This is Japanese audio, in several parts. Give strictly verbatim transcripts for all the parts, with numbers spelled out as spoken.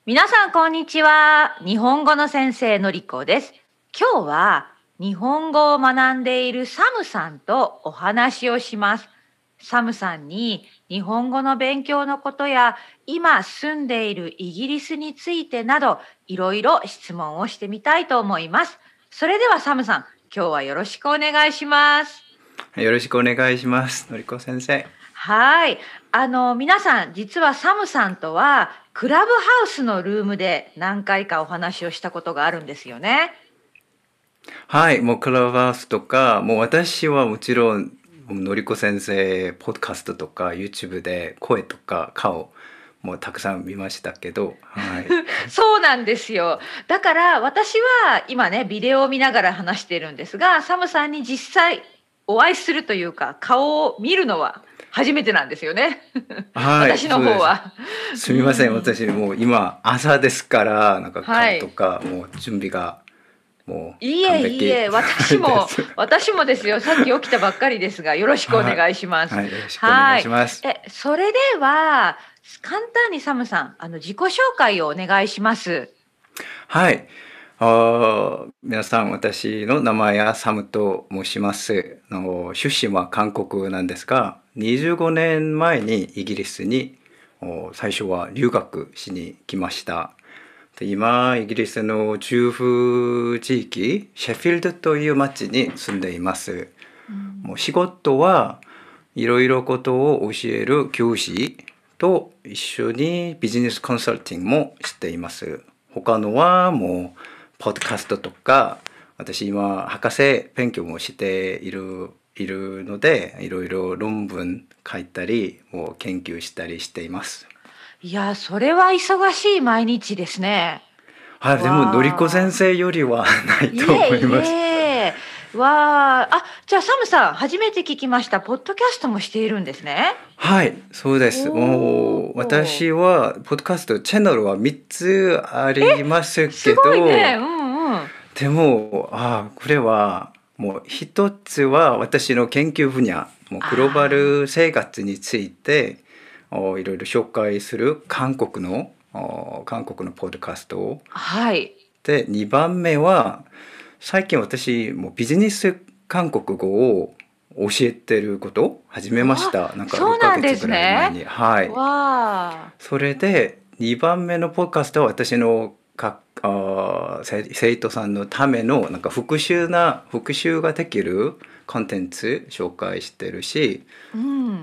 皆さんこんにちは。日本語の先生のりこです。今日は日本語を学んでいるサムさんとお話をします。サムさんに日本語の勉強のことや今住んでいるイギリスについてなどいろいろ質問をしてみたいと思います。それではサムさん、今日はよろしくお願いします。 よろしくお願いします。のりこ先生。 はい。あの、皆さん、実はサムさんとは、クラブハウスのルームで何回かお話をしたことがあるんですよね。 はい、もうクラブハウスとか、もう私はもちろん、のりこ先生、ポッドキャストとか YouTube で声とか顔、もうたくさん見ましたけど、はい。 そうなんですよ。だから私は今ね、ビデオを見ながら話しているんですが、サムさんに実際お会いするというか、顔を見るのは初めてなんですよね。 はい、 私の方は。 す。すみません、 うん私もう今朝ですから、なんかはい顔とか、もう準備がもいう完璧えいえ、私も、 です。 私もですよ。さっき起きたばっかりですが、よろしくおはい、 願いします。 はい、よろしくお願はい。 いします。 え、それでは、簡単にサムさん、あの、自己紹介をお願いします。 はい。あー皆さん、私の名前はサムと申します。あの出身は韓国なんですが、にじゅうごねんまえにイギリスにお最初は留学しに来ました。で今、イギリスの中部地域、シェフィルドという町に住んでいます。 うんもう仕事はいろいろことを教える教師と一緒にビジネスコンサルティングもしています。他のはもうポッドキャストとか、私今博士勉強もしているいるので、いろいろ論文書いたりもう研究したりしています。 いや、それは忙しい毎日ですね。 はい、でものりこ先わあ。 生よりはないいと思えいいます。 え。わあ。あ、じゃあサムさん、初めて聞きました。ポッドキャストもしているんですね。 はい、そうです。 おもうお。 私はポッドキャストチャンネルはみっつありますすけごいね。 ど、 うんうん。 でも、ああ、これはもう一つは私の研究分野、もうグローバあル生活についておいろいろ紹介する韓国のお韓国のポッドキャストあ、はい。 で、にばんめは最近私もうビジネス韓国語を教えてることを始めましあ、 た。なんか6 そうなんでヶ月ぐすね。 らい前に。はい。 わあ。 それでにばんめのポッドキャストは私のかあー生生徒さんのためのなんか復習な復習ができるコンテンツ紹介してるし、 うん。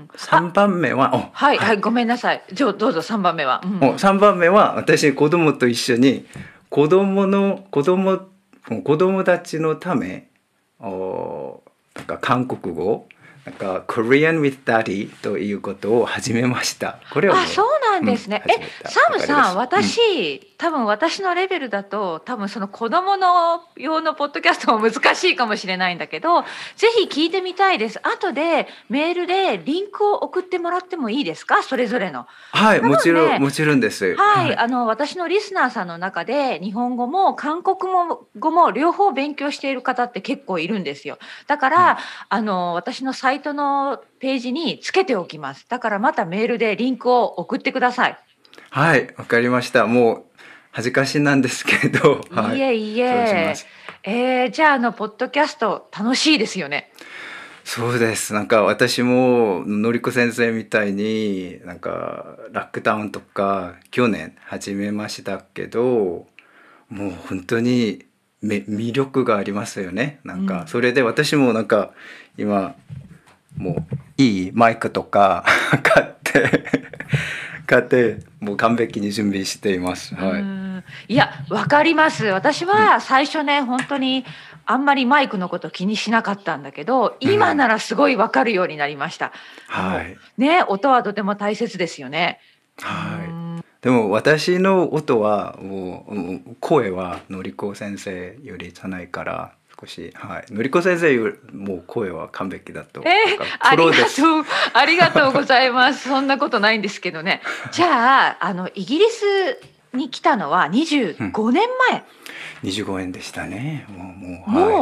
3 あ、 番目はおはいはい、 はいごめんなさい。じゃあどうぞさんばんめは。うんうおん。 さんばんめは私子供と一緒に子供の子供子供たちのためおなんか韓国語なんか Korean with Daddy ということを始めました。これはあ、 もそうなんう、うん、 ですね。え、 始めたサムさん、 ばかりです。うん。 私、多分私のレベルだと、多分その子供の用のポッドキャストも難しいかもしれないんだけど、ぜひ聞いてみたいです。後でメールでリンクを送ってもらってもいいですか？それぞれの。 はい、 多もち分ね、 ろんもちろんです。 はい、 はい。 あの、私のリスナーさんの中で、日本語も韓国も語も両方勉強している方って結構いるんですよ。だかうん。 ら、あの、私のサイトのページにつけておきます。だからまたメールでリンクを送ってください。 はい、わかりました。もう恥ずかしいなんですけど、はい、 いえいえ。 そうします。 えー、じゃあ、あの、ポッドキャスト楽しいですよね。 そうです。なんか私ものりこ先生みたいになんかラックダウンとか去年始めましたけど、もう本当にめ魅力がありますよね。なんかうん。 それで私もなんか今もういいマイクとか買って買ってもう完璧に準備しています。 うはい。 ーん。いや、わかります。私うん。 は最初ね、本当にあんまりマイクのこと気にしなかったんだけど、今なうん。 らすごいわかるようになりました。あの、 はい。 ね、音はとても大切ですよね。うーはい。 ん。 でも私の音はもう、うん声はのりこ先生よりじゃないから少し、はい。のりこ先生よりもう声は完璧だと。 えー、 なんかプありロです。 がとうありがとうございます。そんなことないんですけどね。じゃあ、あの、イギリスに来たのは25 うん。 年前。 にじゅうごえんでしたね。もう、もうはい。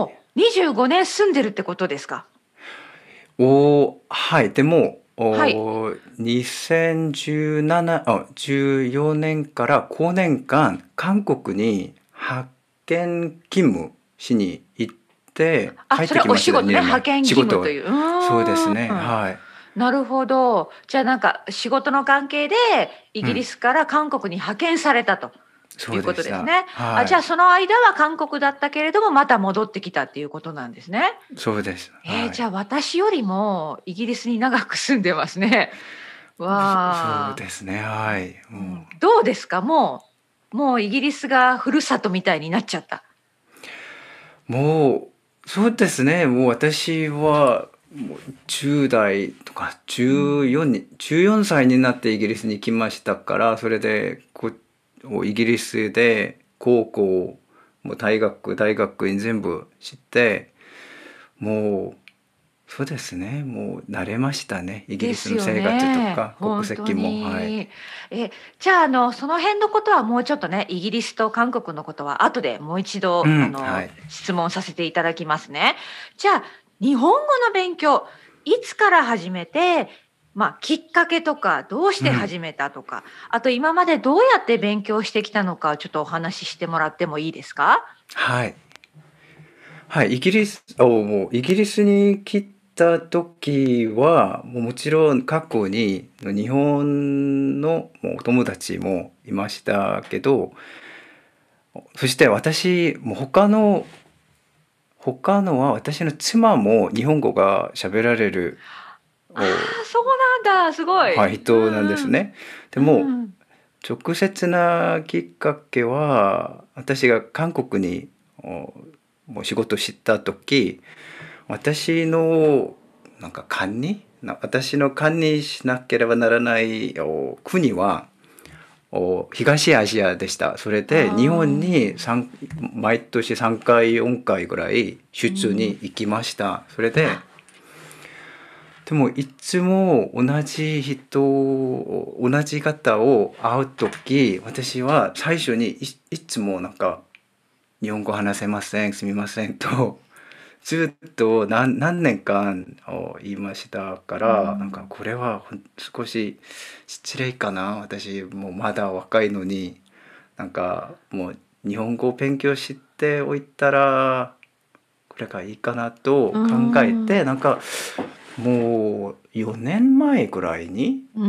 もうにじゅうごねん住んでるってことですか？ おはい。でもはい。 おにせんじゅうななあ、じゅうよねんからごねんかん、韓国に派遣勤務しに行ってあ、 帰っそれはおてきました、 仕事ね、 にねんまえ。 派遣仕事を。 義務という。うそうですーね、 ん。 はい。 なるほど。じゃあなんか仕事の関係でイうん、 ギリスから韓国に派遣されたといそううこでした。 とですね。あ、じゃあはい。 その間は韓国だったけれども、また戻ってきたっていうことなんですね。 そうです。 えー、 はい。 じゃあ私よりもイギリスに長く住んでますね。 そそうわあ。 ですね、はい。 うん、 もうどうですか？もうもうイギリスがふるさとみたいになっちゃった。 もう、そうですね。もう私は、もうじゅう代とかうん。 じゅうよんに、じゅうよんさいになってイギリスに来ましたから、それで、こう、イギリスで高校、もう大学、大学院全部知って、もう、そうですね。もう慣れましたね。イギリスですよの生活とね。 か国本当籍も。はい。 に。え、じゃあ、あの、その辺のことはもうちょっとね、イギリスと韓国のことは後でもう一度、あうん、はの、 い。 質問させていただきますね。じゃあ、日本語の勉強、いつから始めて、まあ、きっかけとか、どうしうん。 て始めたとか、あと今までどうやって勉強してきたのか、ちょっとお話ししてもらってもいいですか？ はい。はい、イギリスおもうイギリスに来た時は、もうもちろん過去に日本のもうお友達もいましたけど、そして私もう他の他のは私の妻も日本語が喋られる、 ああ、 おそうなんだ、すごい。 はい、 う人なんですんね。でうん。 もうん。 直接なきっかけは、私が韓国におもう仕事した時、私のなんか管理な私の管理しなければならないお国はお東アジアでした。それで日本あにさん毎年さんかいよんかいぐらいあ、うん。 出張に行きました。それであ、 でもいつも同じ人同じ方を会う時、私は最初にいいつもなんか「日本語話せません、すみません」とずっと何何年間を言いましたかうら、なんかん。 これはほん少し失礼かな。私もうまだ若いのに、なんかもう日本語を勉強しておいたら、これがいいかなとうー考えて、 ん。 なんかもうよねんまえぐらいにうん。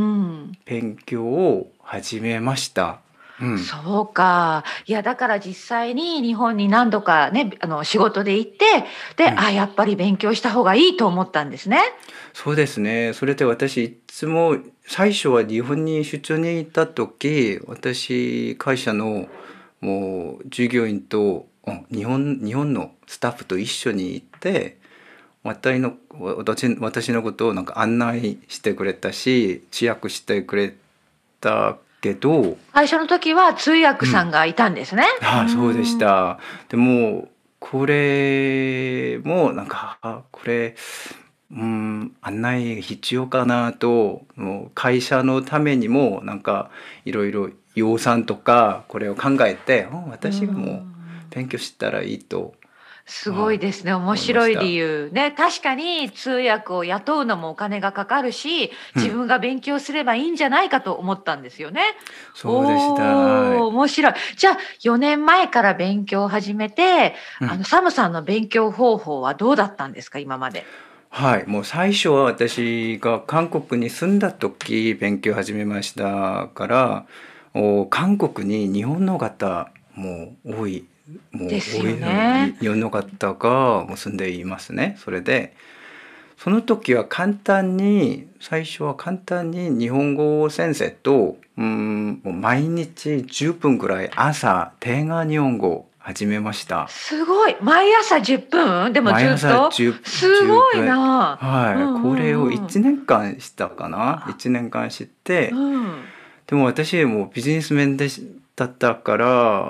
勉強を始めました。うん。 そうか。いや、だから実際に日本に何度かね、あの、仕事で行って、で、 うん。 あ、やっぱり勉強した方がいいと思ったんですね。 そうですね。それで私いつも最初は日本に出張に行った時、私会社のもう従業員と、うん、日本日本のスタッフと一緒に行って、私の私私のことをなんか案内してくれたし、通訳してくれたけど、 最初の時は通訳うん、 さんがいたんですね。うーああ、そうでしん。 た。でも、これもなんか、あ、これ、うーん、案内必要かなと、もう会社のためにもなんかいろいろ予算とかこれを考えて、うん、 うー私がもうん。 勉強したらいいと、 すごいはい、 ですね。面思いま白い理した。 由。ね、確かに通訳を雇うのもお金がかかるし、 うん、 自分が勉強すればいいんじゃないかと思ったんですよね。 そうでした。はおお、 い。 面白い。じゃあ、よねんまえから勉強を始めて、 うん。 あの、サムさんの勉強方法はどうだったんですか？今まで。 はい、もう最初は私が韓国に住んだ時勉強始めましたから、お韓国に日本の方も多い、もですよう多いのにね。 日本の方がもう住んでいますね。それでその時は簡単に最初は簡単に日本語先生とうーんもう毎日じゅっぷんぐらい朝定画日本語を始めました。 すごい。毎朝じゅっぷん？でも毎朝ずっと？ 10、 すごいじゅっぷん。 な。うはい。これを1 んうんうん。 年間したかな。いちねんかんしうて、 ん。 でも私もうビジネス面でしだったから、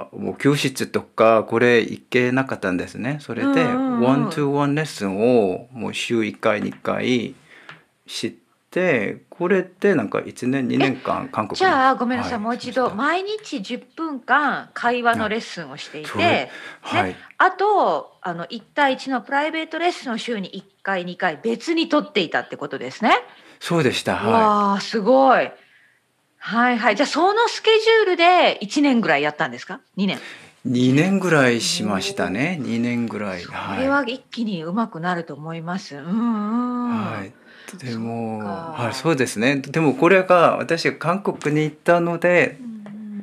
もう教室とかこれ行けなかったんですね。そうんれで、ワンうんうん。 トゥーワンレッスンをもう週いっかい、にかいして、これでなんかいちねん、2 え、 年間韓国に、 じゃあ、ごめんなさい、 はい、 もう一度、 しました。 毎日じゅっぷんかん会話のはい。 レッスンをしていそれ、 て、ね、 はい。 あと、あの、いち対いちのプライベートレッスンを週にいっかい、にかい別に取っていたってことですね。 そうでした。はい。 わあ、すごい。はいはい。じゃあそのスケジュールでいちねんぐらいやったんですか？にねん。 にねんぐらいしましたおお。 ね。にねんぐらい。 それはい。 は一気に上手くなると思います。うんうん。 はい。でそっも、はい、そか。 うですね。でもこれが私が韓国に行ったので、 うんうん。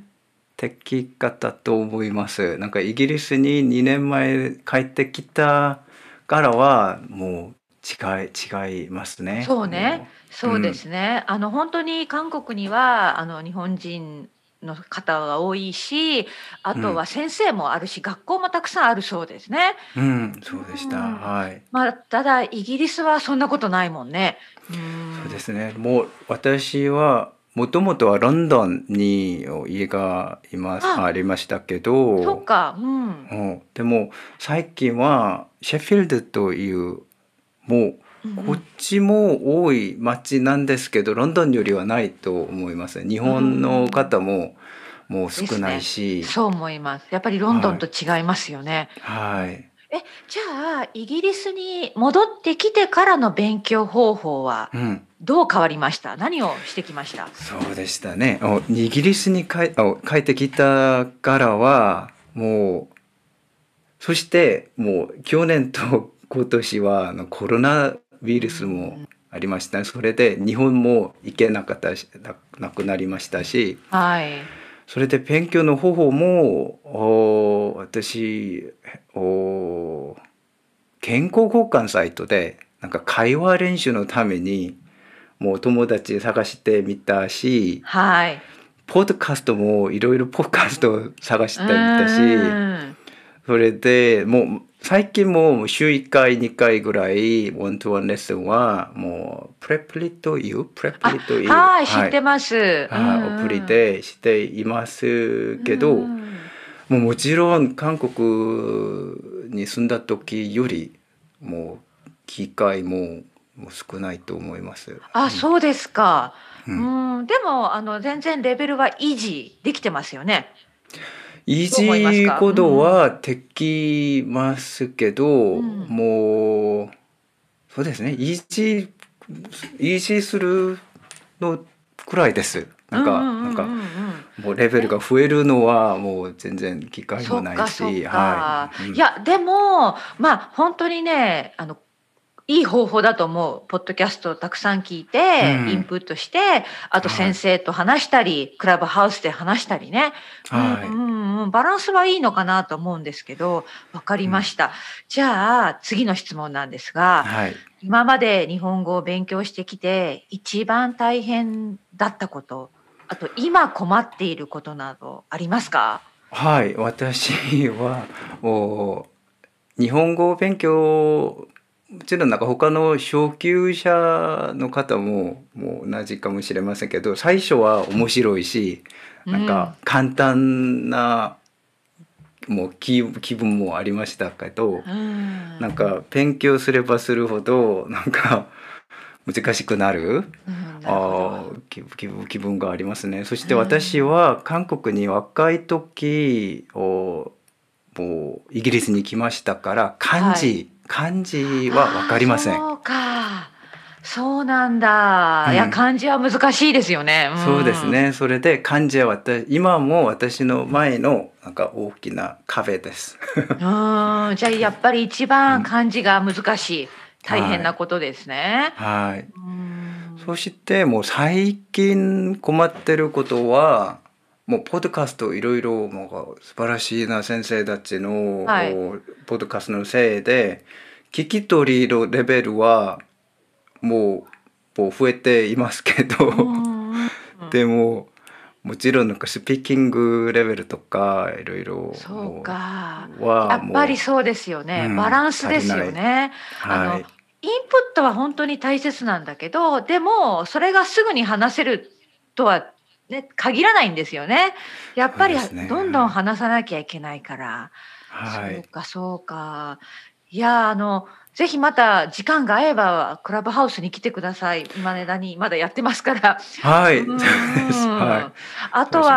的方と思います。なんかイギリスににねんまえ帰ってきたからは、もう違い違いますね。 そうね、 もう、うそうでん、 すね。あの本当に韓国にはあの日本人の方が多いし、あうん、 とは先生もあるし、学校もたくさんあるそうですね。 うん、 うそうでした。 ん。 はい。 まあ、ただイギリスはそんなことないもんね。うそうでん。 すね。もう私はもともとはロンドンに家がいます、 あ、 ありましたけど、 そっか、うん。 うん、でも最近はシェフィールドというもうこっうんちも多い町なんですけど、ロンドンよりはないと思います。日うん。う本のん。 方ももう少ないですね。 し、 そう思います。やっぱりロンドンとはい、 違いますよね。 はい。 え、じゃあ、イギリスに戻ってきてからの勉強方法はうん、 どう変わりました？何をしてきました？ そうでしたね。おイギリスに帰お帰ってきたからはもう、そしてもう去年と今年はあのコロナウイうルスもん。 ありましたね。それで日本も行けなかったし、ななくなりましたし、 はい。 それで勉強の方法も、お私、お健康交換サイトで、なんか会話練習のために、もう友達探してみたし、 はい。 ポッドキャストもいろいろポッドキャストを探うしてみたし、 んうん。 それでもう最近も週いっかい、にかいぐらい、ワントゥワンレッスンは、もうプレプリという、プレプあ、 リという、 はい、知っはい、 てます。うはい、アプリんうん。 でしていますうけど、 んうん。 もうもちろん韓国に住んだ時よりもう機会ももう少ないと思います。 あ、そうですか。 うん。 うん、でも、あの、全然レベルは維持できてますよね。 維どう思います持か？うん行動うん。 はできますけど、 うん。 もうそうですね。維持維持するのくらいです。なんうんうんかなんかうんうんうん。 もうレベルえ、 が増えるのはもう全然機会もそっないかそっし、はい。 か。 うん。 いや、でも、まあ、本当にね、あの、いい方法だと思う。ポッドキャストをたくさん聞いて、インうん。 プットして、あとはい。 先生と話したり、クラブハウスで話したりね。うんうはい。 んうん、バランスはいいのかなと思うんですけど、分かりうん。 ました。じゃあ、次の質問なんですが、 はい。 今まで日本語を勉強してきて、一番大変だったこと、あと今困っていることなどありますか？ はい、私は、お日本語を勉強、もちろんなんか他の初級者の方ももう同じかもしれませんけど、最初は面白いし、なんかうん。 簡単なもう気気分もありましたけど、 うーん。 なんか勉強すればするほどなんか難しくなる、 うん、なるほど。 あー気気分気分がありますね。そしうて私ん。 は韓国に若い時おもうイギリスに来ましたから漢はい。 字漢字は分ああ、 かりません。 そうか。そうなんだ。いや、 うん、 漢字は難しいですよね。うそうですん。 ね。それで漢字は私今も私の前のなんか大きな壁です。 うーん、じゃあやっぱり一うん、 番漢字が難しい、大変なはいことですね。 はい。 うーん。 そしてもう最近困ってることは、もうポッドキャストいろいろもう素晴らしいな先生たちのはい。 おポッドキャストのせいで、聞き取りのレベルはもう、もう増えていますけうど、 んうんうん。 でももちろんなんかスピーキングレベルとかいろいろそうもか。 うはやっぱりもそうですよう、うね。バん、 ランスです足りない。 よね。あの、 はい。 インプットは本当に大切なんだけど、でも、それがすぐに話せるとはね、限らないんですよね。やっそうぱり、 ですね。 どんどん話さなきゃいけないから。 はい。 そうかそうか。いや、あの、ぜひまた時間が合えばクラブハウスに来てください。今ねだにまだやってますから。 はうい。そうです。はんうん。 い。 あとはそうします。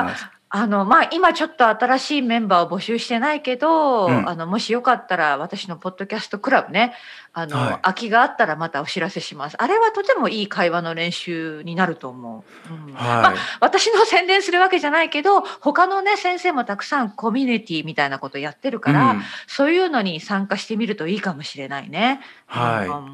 あの、まあ、今ちょっと新しいメンバーを募集してないけうど、あん。 の、もしよかったら私のポッドキャストクラブね、あの、 はい。 空きがあったらまたお知らせします。あれはとてもいい会話の練習になると思う。うん。まあ、 はい。 私の宣伝するわけじゃないけど、他のね、先生もたくさんコミュニティみたいなことやってるから、 うん。 そういうのに参加してみるといいかもしれないね。なんか、 はい。 うん。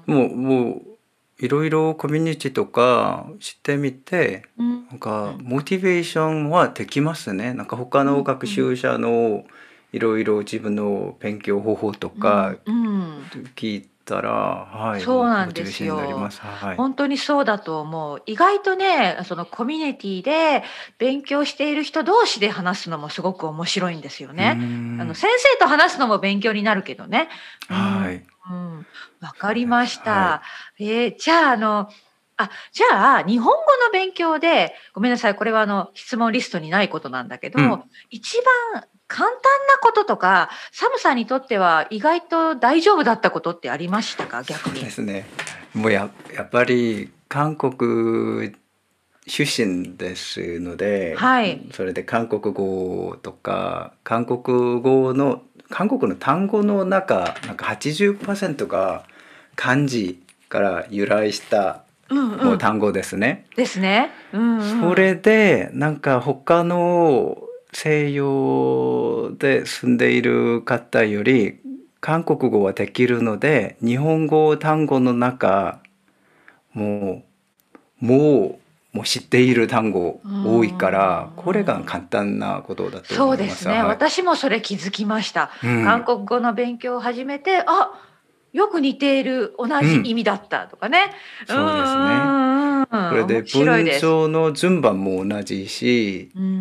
もうもう、いろいろコミュニティとか知ってみて、 うん。 なんかうん。 モチベーションはできますね。なんか他うんの学うん。 習者のいろいろ自分の勉強方法とかうんうん。 聞いたら、はい、 そうモなんですモチベーションになりまよ。 す。はい。 本当にそうだと思う。意外とね、そのコミュニティで勉強している人同士で話すのもすごく面白いんですようーね。あのん。 先生と話すのも勉強になるけどね。うん、 はい。 うん、わかりまそうです。はい。 した。えーじゃあ、あの、あ、じゃあ、日本語の勉強で、ごめんなさい、これはあの質問リストにないことなんだけど、 うん。 一番簡単なこととか、サムさんにとっては意外と大丈夫だったことってありましたか？逆そうでに。 すね。もうややっぱり韓国出身ですので、 はい。 それで韓国語とか、韓国語の韓国の単語の中、なんかはちじゅっパーセントが漢字から由来したうんうん。 もう単語ですね。 ですね。うんそれうん。 でなんか他の西洋で住んでいる方より韓国語はできるので、日本語単語の中、もう、もう、もう知っている単語う多いかんうら、これんうん。 が簡単なことだとそう思います。 ですね。 はい。 私もそれ気づきました。 うん。 韓国語の勉強を始めて、あ、よく似ている、同うん。 じ意味だったとかね。うんそうですね。 うんうんうん。 それで面白い文です。 章の順番も同じし、 うん、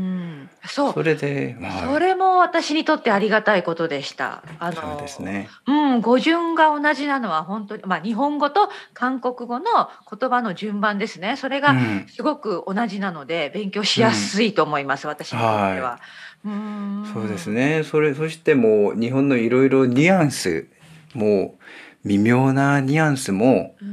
そう。 それで、はい。 それも私にとってありがたいことでした。あそうですの、 ね。 うん、語順が同じなのは本当に、まあ、日本語と韓国語の言葉の順番ですね。それがうん。 すごく同じなので、勉強しやうん。 すいと思います、私にとってはい。 は。うーそうですん。 ね。それ、そしてもう日本のいろいろニュアンス、もう微妙なニュアンスもうんうん。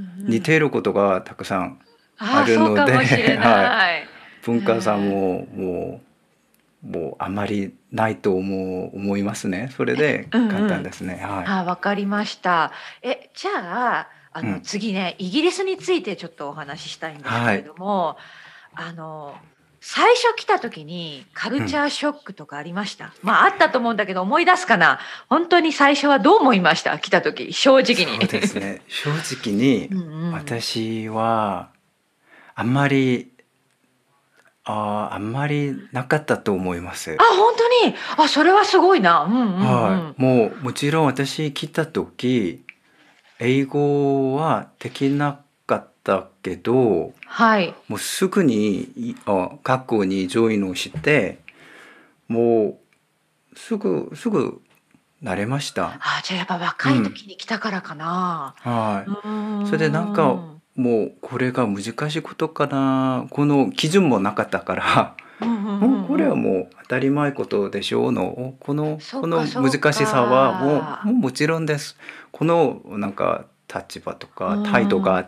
似ていることがたくさんあああ、そうるので、 かもしれはい。 ない。へ文化差え。 ももう、もうあまりないと思う、思いますね。それでうん簡うん。 単ですね。はい。 ああ、わかりました。え、じゃあ、あの、 うん。 次ね、イギリスについてちょっとお話ししたいんですけれはい。 ども、あの、最初来た時にカルうん。 チャーショックとかありました？まあ、あったと思うんだけど、思い出すかな？本当に最初はどう思いました？来た時、正直に。 そうですね。正直にうんうん。 私はあんまり、あーあんまりなかったと思いまあ、 す。 本当に？あ、それはすごいな。うんうんうはい。 ん。 もうもちろん私来た時、英語はできなかったけど、 はい。 もうすぐにいあ学校にジョインをして、もうすぐすぐ慣れました。 あ、じゃあやっぱ若いうん。 時に来たからかな。 はうい。それでなんーかん。 もうこれが難しいことかな、この基準もなかったから、 うんうんうもうこれんうん。 はもう当たり前ことでしょうの、このそっこのかそっ難しさはもうもうか。 もちろんです。このなんか立場とうか態度があ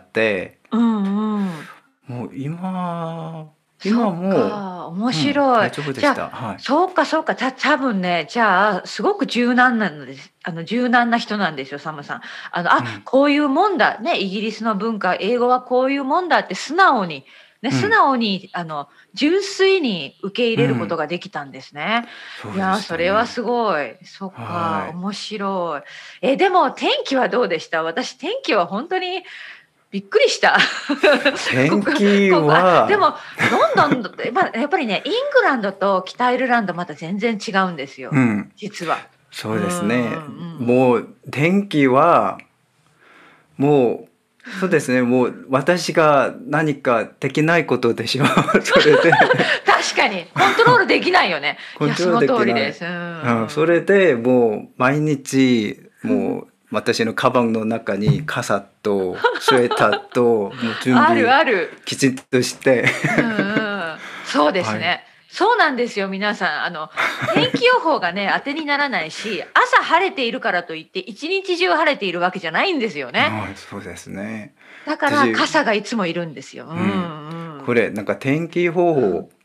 ん。 って、 うんうん。 もう今そっ今もか、面う、うん、 白い。 大丈夫でじゃあ、 した。はい。 そうかそうか、た多分ね、じゃあ、すごく柔軟なのです。あの、柔軟な人なんですよ、サムさん。あの、あ、 うん、 こういうもんだ、ね、イギリスの文化、英語はこういうもんだって素直に、ね、素うん、 直に、あの、純粋に受け入れることうん。 ができたんですね。いやー、 そうでしそれはたね。 すごい。そっか、 はい。 面白い。え、でも天気はどうでした？私、天気は本当にびっくりした。ここ天気ここ、あ、では、 も、ロンドンだと、まあ、やっぱりね、イングランドと北アイルランドまた全然違うんですよ、 うん、 実は。うそうですね。 んうんうん。 もう天気はもう、そうですね、もう私が何かできないことでしょう。それで確かに、コントロールできないよね。いや、 コントロールそのできない。 通りです。うんうん、そうん。 れでもう毎日もう私のカバンの中に傘とスウェーターともう準ある備ある。 きちんとしてうんうん。そうではい。 すね。そうなんですよ、皆さん。あの、天気予報がね、当てにならないし、朝晴れているからといって、一日中晴れているわけじゃないんですよね。 はい、そうですね。 だから私、 傘がいつもいるんですよ。ううん、 んうん。 これなんか天気予報、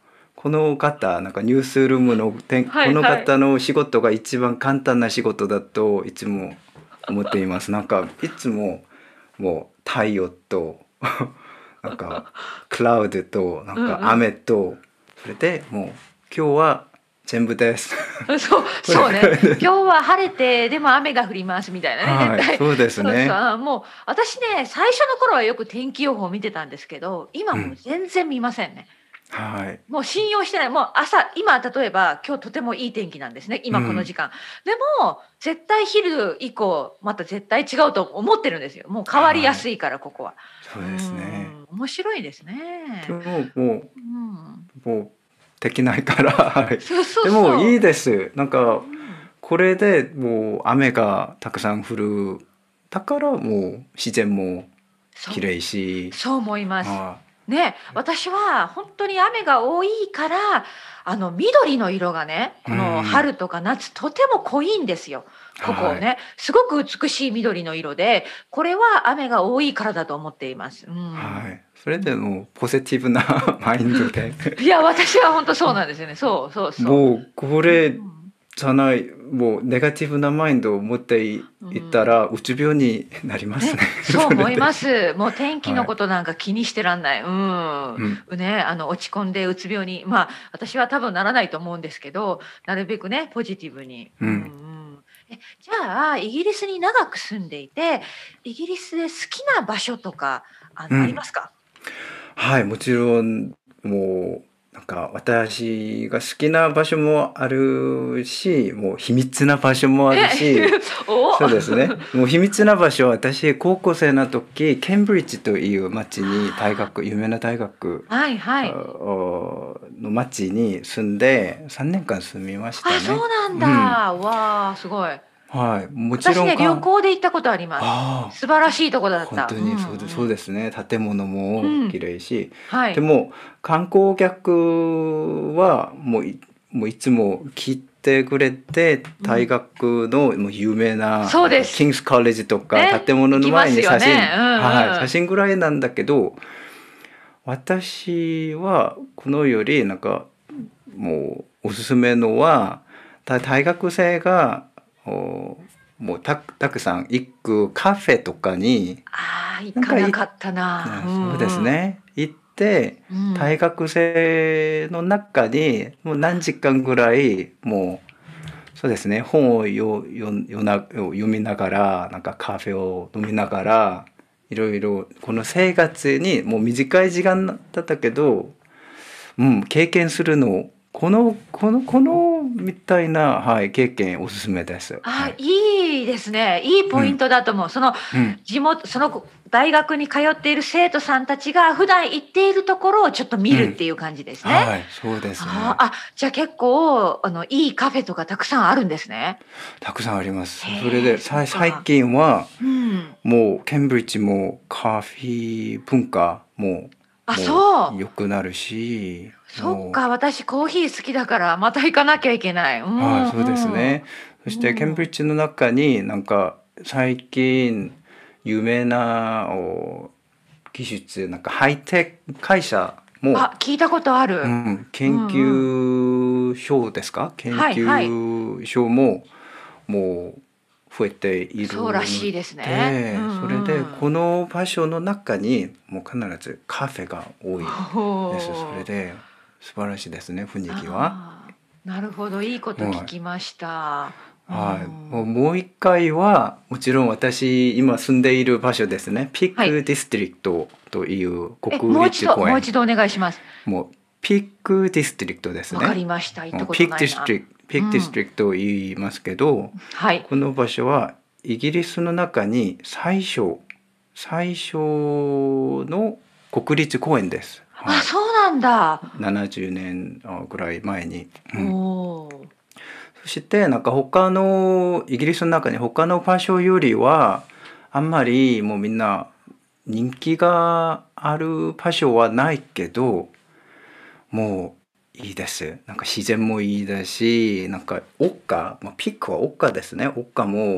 この方なんかニュースルームのてこのはいはい。 方の仕事が一番簡単な仕事だといつも思っています。なんかいつももう太陽となんかクラウドとなんかうんうん。 雨とそれでもう今日は全部です。 うん、そう、 これそうね。 くらいで今日は晴れて、でも雨が降りますみたいなね、絶はい、 対。 そうですそうそう、 ね。 あ、もう私ね、最初の頃はよく天気予報を見てたんですけど、今もううん。 全然見ませんね。 はい。 もう信用してない。もう朝、今例えば今日とてもいい天気なんですね、今このうん。 時間。でも、絶対昼以降、また絶対違うと思ってるんですよ。もう変わりやはい。 すいから、ここは。うーそうですね。 ん、面白いですでね。 ももうん。 うもうできないから、はい。 そうそうでもいいそう。 です。なんかうん。 これでもう雨がたくさん降る。だからもう自然もそう。 綺麗し、 そう思います。 はね、私は本当に雨が多いから、あの緑の色がね、 い。うこのん。 春とか夏とても濃いんですよ。ここはい。 ね、すごく美しい緑の色で、これは雨が多いからだと思っています。うん。 はい。それでうん。 もポジティブなマインドでいや、私は本当そうなんですよね。そうそうそもうこう。うれん。 じゃない、もうネガティブなマインドを持っていういったらん。 うつ病になりますね、 ね。 そう思いそれで。 ます。もう天気のはい。 ことなんか気にしてらんない。うん。 うん。 ね、あの落ち込んでうつ病に、まあ、私は多分ならないと思うんですけど、なるべくね、ポジティブに。うんううん。 ん。え、じゃあ、イギリスに長く住んでいて、イギリスで好きな場所とか、あの、ありまうん。 すか？ はい、もちろん、もう、なんか私が好きな場所もあるし、もう秘密な場所もあるし、 え、お。 そうですね。もう秘密な場所は私、高校生の時、ケンブリッジという町に大あ学、有名な大学あ、はいはあい。 の町に住んでさんねんかん住みましたあ、そね。 うなんうん。 だ。わあ、すごい。 はい。もち私ね、旅ろんか、 行で行ったことあります。 ああ、 素晴らしいとこだった。う本当にそうで、そうんですね。建物うん。 も綺うん。 麗し、 はい。 でも観光客はもうい、もういつも来てくれて、大うん。 学のもう有名なそうです。 なんかキングスコレッジとかね、 建物行きまの前にすよね。 写真、 うんはい、写うん。 真ぐらいなんだけど、私はこのよりなんかもうおすすめのは、た大学生がおもうたたくさん行くカフェとかにああ、行なんかい、 かなかったな。うね、そうですんうん。 ね。行ってうん。 大学生の中にもう何時間ぐらいもうそうですね、本をよよよな読みながらなんかカフェを飲みながらいろいろこの生活にもう短い時間だったけど、うん、経験するのこのこのこのみたいな、はい、経験おすすめです。はあ、 い。 いいですね。いいポインうんトだと思う。そのうん地元その大学に通っている生徒さんたちが普段行っているところをちょっと見うん。 るっていう感じですね。 はい、そうですね。 ああ、あ、じゃあ結構あのいいカフェとかたくさんあるんですね。 たくさんあります。それへえ、 でさ最そうか。 近はうん。 もうケンブリッジもカフィー文化もあ、 もそう。 う良くなるし、もそっか、私コーヒー好きだから、また行かなきゃいけない。うう、はい、 んそうですうん。 ね。そしてケンうん。 ブリッジの中になんか最近有名なお技術なんかハイテク会社も、 あ、聞いたことある。 うん、 う研んうん。 究所ですか、研はいはい。 究所ももう増えているそうらのしいですね。うで、それでんうん。 この場所の中にもう必ずカフェが多いです。それほう。 で素晴らしいですね、雰囲気は。 ああ、なるほど、いいこと聞はい。 きました。うはい。もうん。 もう一回は、もちろん私今住んでいる場所ですね。ピッはい。 クディストリクトというえ、 国もう一度立公園。 もう一度お願いします。 もうピックディストリクトですわかね。 りました。行ったこもうピックとないな。 ディストリクト、ピックディストうん。 リクトを言いますけど、 はい。 この場所はイギリスの中に最初、最初の国立公園です。 あ、 はい。 そうなんだ。 ななじゅうねんぐらい前に。うおん。 お。 そしてなんか他のイギリスの中に他の場所よりはあんまりもうみんな人気がある場所はないけど、もういいです。なんか自然もいいだし、なんか丘、まあ、ピックは丘ですね。丘も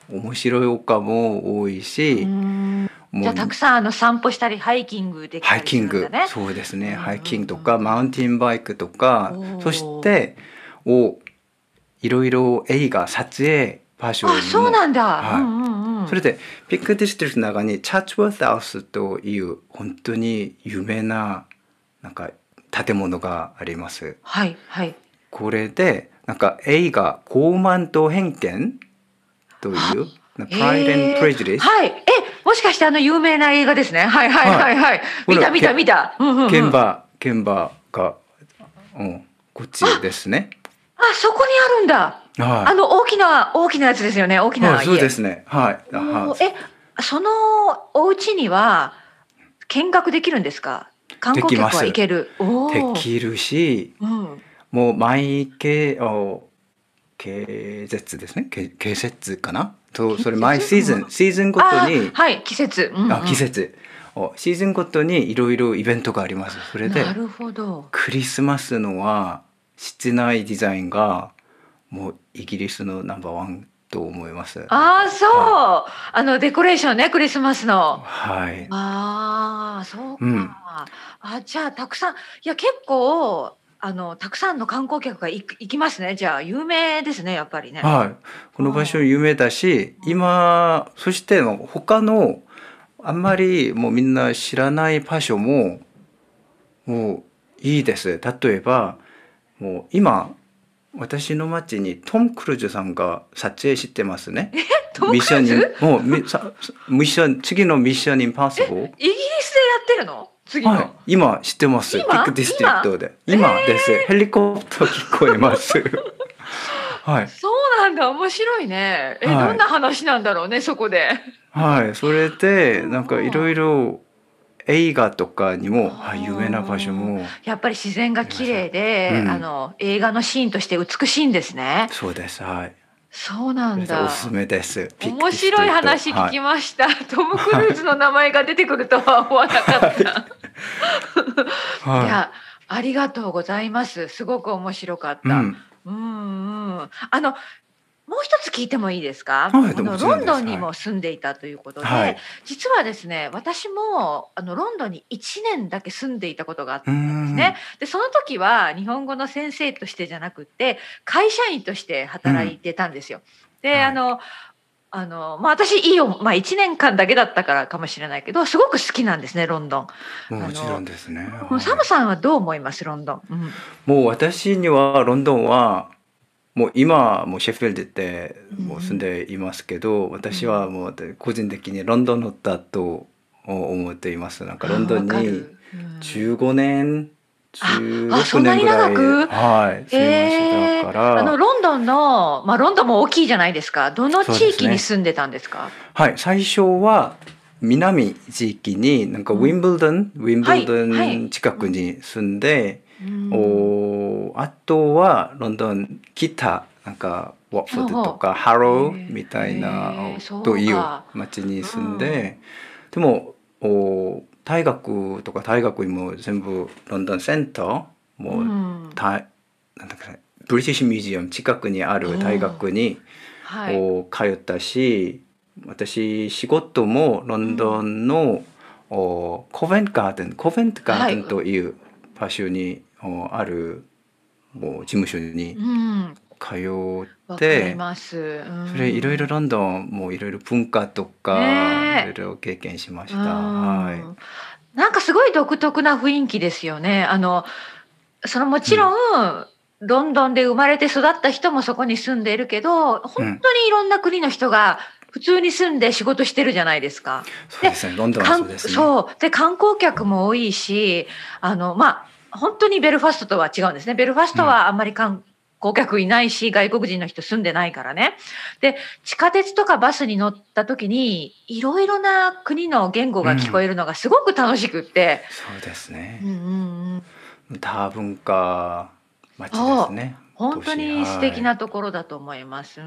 面白い丘も多いうーし、ん。じゃあ、たもうくさん、あの、散歩したり、ハイキングできハイたりすキング、 るんだね。 そうですうんうね、ハイキングとんかマウンテンバイクとうん。 か、そしおお。 て、おいろいろ映画撮影場所あ、そうにも、 なんだ。うはい。 んうんうん。 それで、ピックディストリクトの中にチャッチワースハウスという本当に有名ななんか建物があります。 はいはい。 これで、なんか映画傲慢と偏見とは、 いう、Pride and へえ、 Prejudice。 はい。え、もしかしてあの有名な映画ですね。はいはいはい。 はいはい。見た見たこのけ見た。うんうんうん。 現場、現場が、うん、こっちですね。 あ、そこにあるんだ。あはの大きな大きなやつですよね。大きい。はい、そうでな家。 すね。はい。はおお、え、そのお家には見学できるんですか？観で光客は行きます。 ける。 でおお。 きるし、 うん。 もう毎け、お、経節ですね。け経節かなと、 季それ毎節？うん。 シーズン、シーズンごとああ、 に、 はい、季節。うんうあ、季ん。 節。おシーズンごとにいろいろイベントがあります。それで、 なるほど。 クリスマスのは、室内デザインが、もうイギリスのナンバーワンと思います。なんああ、 か、 そう。 はい。 あのデコレーションね、クリスマスの。 はい。 ああ、そううん。 か。あ、じゃあ、たくさん、いや、結構、あの、たくさんの観光客が行く行きますね。じゃあ、有名ですね、やっぱりね。 はい。この場所あ有名だし、 あ、うん。 今、そして他のあんまりもうみんな知らない場所ももういいです。例えば、もう今、私の町にトム・クルーズさんが撮影してますね。 トム・ミッションイン、 クルーズ？ もうミさミッション、次のミッションインパッシブル。 イギリスでやってるの？次はい、 の。 今知ってます。ピック今？ ディストリク今？ トで。 え今です。ヘえ！ リコプター聞こえます。はい。 そうなんだ、面白いね。え、どはい。 んな話なんだろうね、そこで。 はい。それうで、なんかいろんうん。 いろ映画とかにも、はい、有名な場所ああ、 もやっぱり自然が綺あります。 麗で、あうん。 の、映画のシーンとして美しいんですね。 そうです。はい。 そうなんそれでおすすだ。 めです。ピックディスト面白いリクト。 話聞はい。 きました。トム・クはい。 ルーズの名前が出てくるとは思わなかはい。 った。いはや、ありがとうございます。すごく面白かっい。うた。 ん。 うんうん。あの、もう一つ聞いてもいいですか？ はい、 あの、 もちろんです。 ロンドンにはい。 も住んでいたということで、 はい。 実はですね、私も、あの、ロンドンにいちねんだけ住んでいたことがあっうーたんですね。 ん。 で、その時は日本語の先生としてじゃなくって、会社員として働いうん。 てたんですよ。で、あはい。 のあの、まあ、私いいよまあ、いちねんかんだけだったからかもしれないけど、すごく好きなんですね、ロンドン。 もうもちろあの、 んですね。 うん、サムはい。 さんはどう思います？ロンドン。うん。 もう私にはロンドンは、もう今もうシェフィールドでうんうもう住んん。 でいますけど、 うん。 私はもう個人的にロンドンのだと思っています。なんかロンああ、わドンにかる。うん。 じゅうごねん、 あ、あ、 16年ぐそんなにらい、 長く？ はい、住みましたへえ。 かあの、 ら、 ロンドンのまあ、ロンドンも大きいじゃないですか。どのそう地域にですね。 住んでたんですか？ はい、最初は南地域になんかウィンうん。 ブルドン、ウィンブルドはい、はい。 ン近くうん。 に住んで、 うーん。 おあとはロンドン北、なんかワッフォードとほうほかハう。 ローへみたいなえ、へえ、 というそうか。 町にう住んん。 で、でもお大学とか大学院も全部ロンドンセンター、 うもうん。 たなんだかね、ブリティッシュミュージアム近くにあおる大お。 学にはい。 お通ったし、私仕事もロうん。 ンドンのおコベントガーデン、コベントガーはい。 デンという場所におあるもう事務所にうん、 通っわかりて、 ます。うそれいろいろん。 ロンドンもいろいろ文化とかいろいねえ。 ろ経験しまうした。はい。 ん。なんかすごい独特な雰囲気ですよね。あの、そのもちろうん。 ん、ロンドンで生まれて育った人もそこに住んでいるけど、ほんうん。 とにいろんな国の人が普通に住んで仕事してるじゃないですか。で、 そうですね。ロンドンはかんそうですね。 そう、で、観光客も多いし、あの、まあ、ほんとにベルファストとは違うんですね。ベルファストうん。 はあんまり観光客いないし、外国人の人住んでないからね。で、地下鉄とかバスに乗った時に、いろいろな国の言語が聞こうん。 えるのがすごく楽しくって。 そうですね。 うんうんうん。 多文化町でそう、 すね。 ほんと都市、 に素敵はい。 なところだと思います。うん。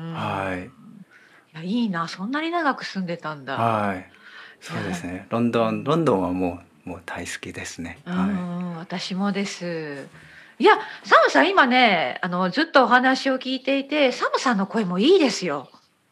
はい。 いや、いいな、そんなに長く住んでたんだ。 はい。 いや、ほんそうですね。ロンドン、ロンドンはもう、もう大好きですね。 うはい。 んうん、私もです。いや、サムさん今ね、あの、ずっとお話を聞いていて、サムさんの声もいいですよ。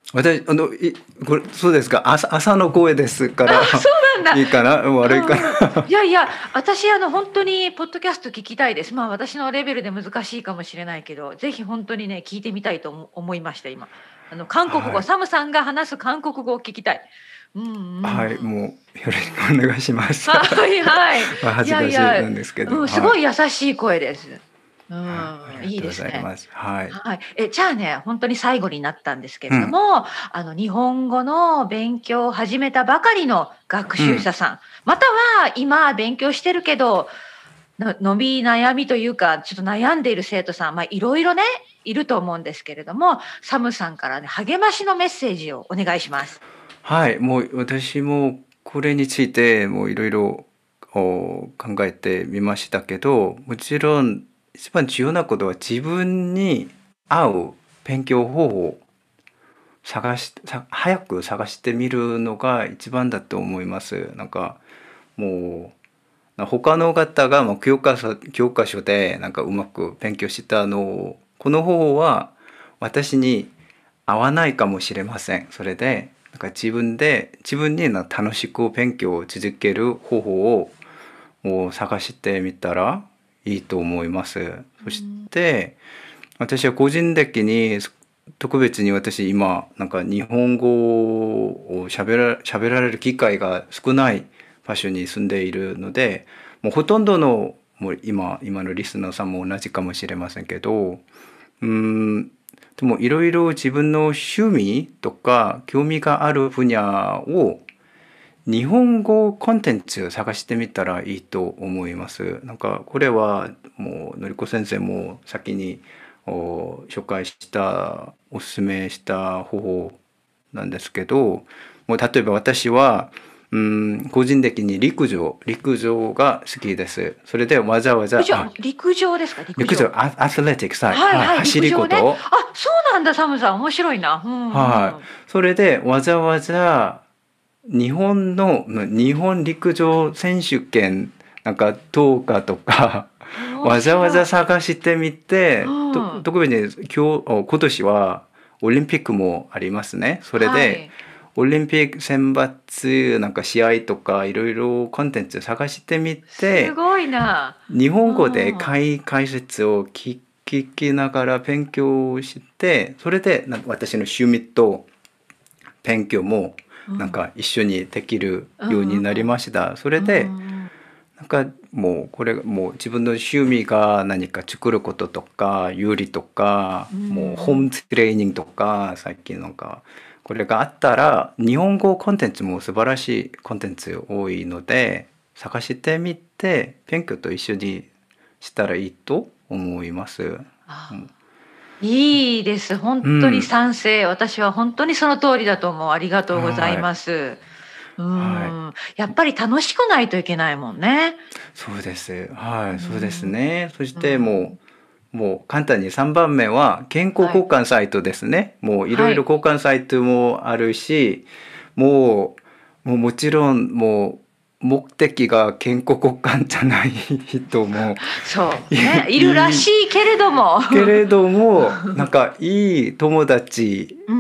私あのいこれそうですか、朝朝の声ですからあ、そうなんだ。 いいかな悪いかな。 うん、いやいや、私あの本当にポッドキャスト聞きたいです。まあ私のレベルで難しいかもしれないけど、ぜひ本当にね聞いてみたいと思思いました今。あの韓国語、 はい。 サムさんが話す韓国語を聞きたい。うんうはい、 ん。 もうよろしくお願いします。 はいはい。 まあい恥ずかしいやいや、 なんですけど、 うん、すはい。 ごい優しい声です。うはい、あん、いいりがとうごですね。 ざいます。はい。 はい。え、じゃあね、本当に最後になったんですけうん、 れども、あの、日本語の勉強を始めたばかりの学うん、 習者さん、または今勉強してるけど、の伸び悩みというか、ちょっと悩んでいる生徒さん、まあ、いろいろね、いると思うんですけれども、サムさんからね、励ましのメッセージをお願いします。 はい、もう私もこれについてもういろいろお考えてみましたけど、もちろん一番重要なことは自分に合う勉強方法を探し、さ早く探してみるのが一番だと思います。なんかもう他の方がもう教科書、教科書でなんかうまく勉強したのを、この方法は私に合わないかもしれません。それでなんか自分で自分にな楽しく勉強を続ける方法をもう探してみたらいいと思います。そして私は個人的に特別に私今なんか日本語を喋ら、喋られる機会が少ない場所に住んでいるので、もうほとんどのもう今今のリスナーさんも同じかもしれませんけど、うーんでもいろいろ自分の趣味とか興味がある分野を日本語コンテンツを探してみたらいいと思います。なんかこれはもうのりこ先生も先にお紹介したおすすめした方法なんですけど、もう例えば私はうん個人的に陸上陸上が好きです。それでわざわざあ陸上、陸上ですか、陸陸上上。 アアスレティックス、はい、はい、 はいはい、 走り陸上ね。 ことあ、そうなんだ、サムさん、面白いな。うんはい。 うん。 それでわざわざ日本の日本陸上選手権なんかとおかとか面わざわざ白い。 探してみて、とうん。 特に今日今年はオリンピックもありますね。それではい。 オリンピック選抜なんか試合とかいろいろコンテンツ探してみて、 すごいな。 日う本語でん。 解解説を聞聞きながら勉強して、それでな私の趣味と勉強もなんうん。 か一緒にできるうんうんようになりました。それうでん。うん。 なんかもうこれもう自分の趣味が何か作ることとか料理とかうんもううん。 ホームトレーニングとか最近なんかこれがあったら日本語コンテンツも素晴らしいコンテンツ多いので探してみて勉強と一緒にしたらいいと思います。 あ、いいです。本当にうん、 賛成。私は本当にその通りだと思う。ありがとうございはい、 ます。うはい。 ん。やっぱり楽しくないといけないもんね。 そうです。はうい、そうですん。 ね。そしうてもん。 う、もう簡単にさんばんめは健康はい。 交換サイトですね。もういろいろはい。 交換サイトもあるし、もう、もうもちろんもう目的が健康交換じゃない人もそうね、いるらいいしいけれども。 けれども、なんかいい友達うん。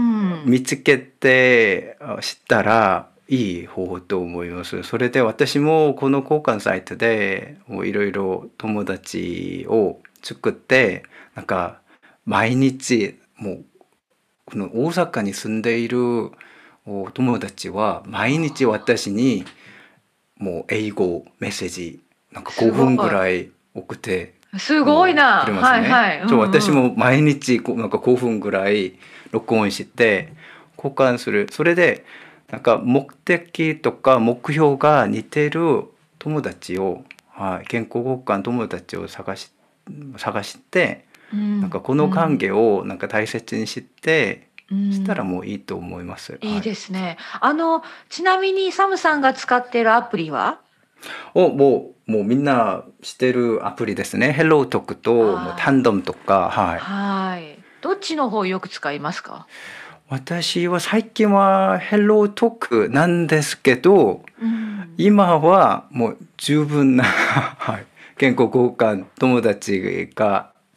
見つけてあ知ったらいい方法と思います。それで私もこの交換サイトでもういろいろ友達を作って、なんか毎日もうこの大阪に住んでいるお友達は毎日あ私にもう英語メッセージなんーかすごい。 ごふんぐらい送ってすごいもうくな。 れますね。 はいはい。うそう、私んうん。 も毎日こうなんかごふんぐらい録音して交換する。それでなんか目的とか目標が似てる友達を、はい、健康交換友達を探し探してなんかうんこの関うん。 係をなんか大切にしてうしたらん。 もういいと思います。 いいはい。 ですね。あの、ちなみにサムさんが使っているアプリは？ をもうもうみんなしてるアプリですね。ヘロートクともうタンあドムとか、はあ、 い。 はい。どっちの方よく使いますか？ 私は最近はヘロートークなんですけど、 うん。 今はもう十分なはい、健康交換友達がい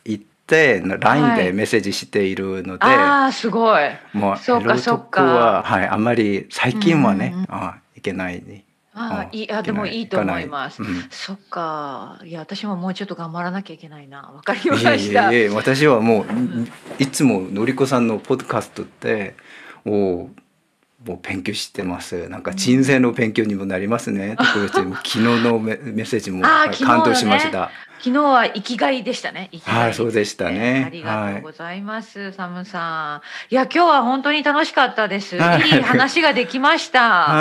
て ラインはい。 でメッセージしているので、 ああ、すごい。 もうそっかそっエロトークは、 か。 はい、あんまり最うん近はね、 うんうん。 あ、いけないに、 ああ、 あ、 いい、あ、でいけない、 もいいといかない。 思います。 うん。 そっか。いや、私ももうちょっと頑張らなきゃいけないな。わかりまいえいした。 えいえ、私はもう、 うん。 んいつものりこさんのポッドキャストって、もう、もう勉強してます。なんうか人生ん。 の勉強にもなりますね。特別に昨日のメ、メッセージも、 ああ、 はい、 昨日感動しましのね、 た。 昨日は生きがいでしたね。生きがはい、 いにそうでしたついて。あね。 りがとはい。 うございます、サムさん。いや、今日は本当に楽しかったです。 はい、 いい話ができました。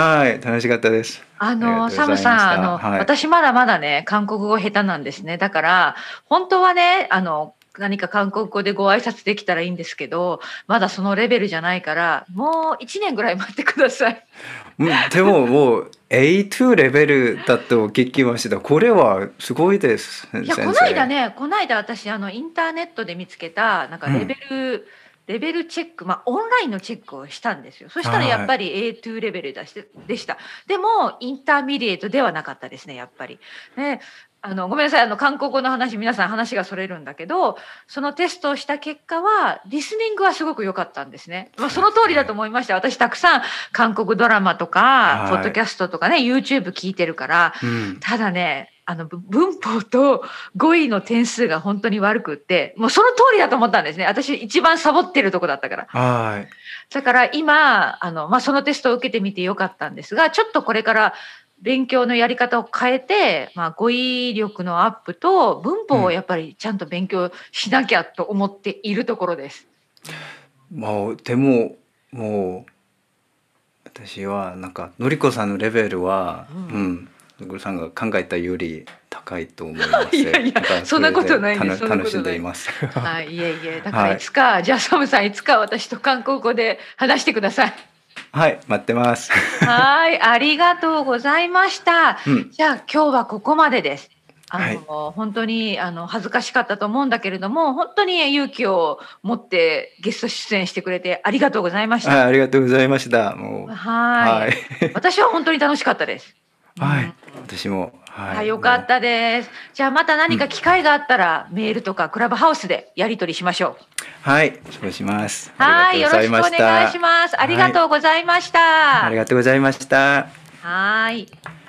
はい、楽しかったです。ありがあの、 とうございサムさん、あました。 の、 はい。 私まだまだね、韓国語下手なんですね。だから、本当はね、あの、何か韓国語でご挨拶できたらいいんですけど、まだそのレベルじゃないから、もういちねんぐらい待ってください。 うん、でももう エーツー レベルだと聞きました。これはすごいです、 いや、こ先生。 ないだね、こないだ私、あの、インターネットで見つけた、なんかレベうん。 ル、レベルチェック、まあ、オンラインのチェックをしたんですよ。そしたらやっはい。 ぱり エーツー レベルだしでした。でも、インターミディエイトではなかったですね、やっぱり。ね、あの、ごめんなさい、あの、韓国語の話、皆さん話がそれるんだけど、そのテストをした結果は、リスニングはすごく良かったんですね。まあ、その通りだと思いました。私、たくさん韓国ドラマとか、ポッはい。 ドキャストとかね、YouTube 聞いてるから、 うん。 ただね、あの、ぶ文法と語彙の点数が本当に悪くって、もうその通りだと思ったんですね。私一番サボってるとこだったから。 はい。 だから今、あの、まあ、そのテストを受けてみてよかったんですが、ちょっとこれから勉強のやり方を変えて、まあ、語彙力のアップと文うん。 法をやっぱりちゃんと勉強しなきゃと思っているところです。 もう、でも、もう、私は、なんか、のりこさんのレベルは、 うん。 うん、のりこさんが考えたより高いと思いまいやす。 いや、 だから、 そんなことそれで、 ないです。 たの、 そんな楽しんことない。 でいます。 はい、いえいえ。だからはい。 いつか、じゃあサムさんいつか私と韓国語で話してください。 はい、待ってます。 はい、ありがとうございました。 うん。 じゃあ今日はここまでです。あはい。 の、本当にあの、恥ずかしかったと思うんだけれども、本当に勇気を持ってゲスト出演してくれてありがとうございましはい、 た。 ありがとうございました。もう、 はい。 はい。 私は本当に楽しかったです。うはい、 ん。 私も、はあ、 い、 よかっもたです。じゃあまたう、うん。 何か機会があったら、メールとかクラブハウスでやり取りしましょう。 はい、そうします。ありがはい、よろしくとうございまお願いしした。 ます。ありはい、 がとうございましありた。 がとうございました。 はい。